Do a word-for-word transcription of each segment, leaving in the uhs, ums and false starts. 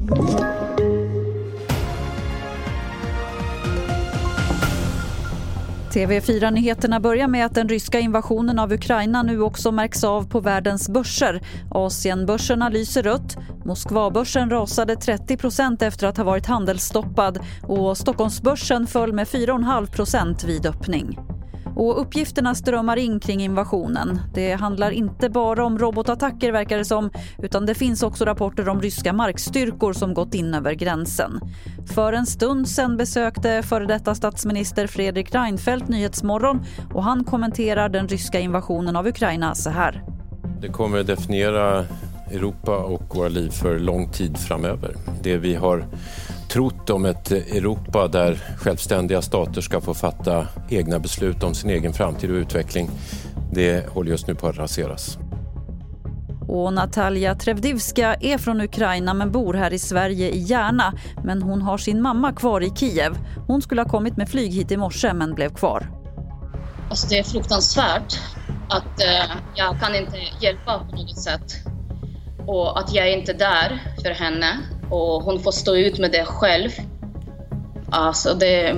T V fyra-nyheterna börjar med att den ryska invasionen av Ukraina nu också märks av på världens börser. Asienbörserna lyser rött, Moskvabörsen rasade trettio procent efter att ha varit handelsstoppad och Stockholmsbörsen föll med fyra komma fem procent vid öppning. Och uppgifterna strömmar in kring invasionen. Det handlar inte bara om robotattacker verkar det som, utan det finns också rapporter om ryska markstyrkor som gått in över gränsen. För en stund sedan besökte före detta statsminister Fredrik Reinfeldt Nyhetsmorgon och han kommenterar den ryska invasionen av Ukraina så här. Det kommer att definiera Europa och våra liv för lång tid framöver. Det vi har trott om ett Europa där självständiga stater ska få fatta egna beslut om sin egen framtid och utveckling, det håller just nu på att raseras. Och Natalia Trevdivska är från Ukraina men bor här i Sverige i Järna. Men hon har sin mamma kvar i Kiev. Hon skulle ha kommit med flyg hit i morse men blev kvar. Alltså det är fruktansvärt att eh, jag kan inte hjälpa på något sätt. Och att jag är inte där för henne. Och hon får stå ut med det själv. Alltså det...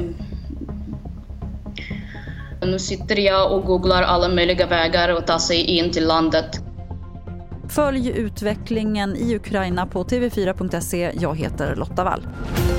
Nu sitter jag och googlar alla möjliga vägar att ta sig in till landet. Följ utvecklingen i Ukraina på t v fyra punkt se. Jag heter Lotta Wall.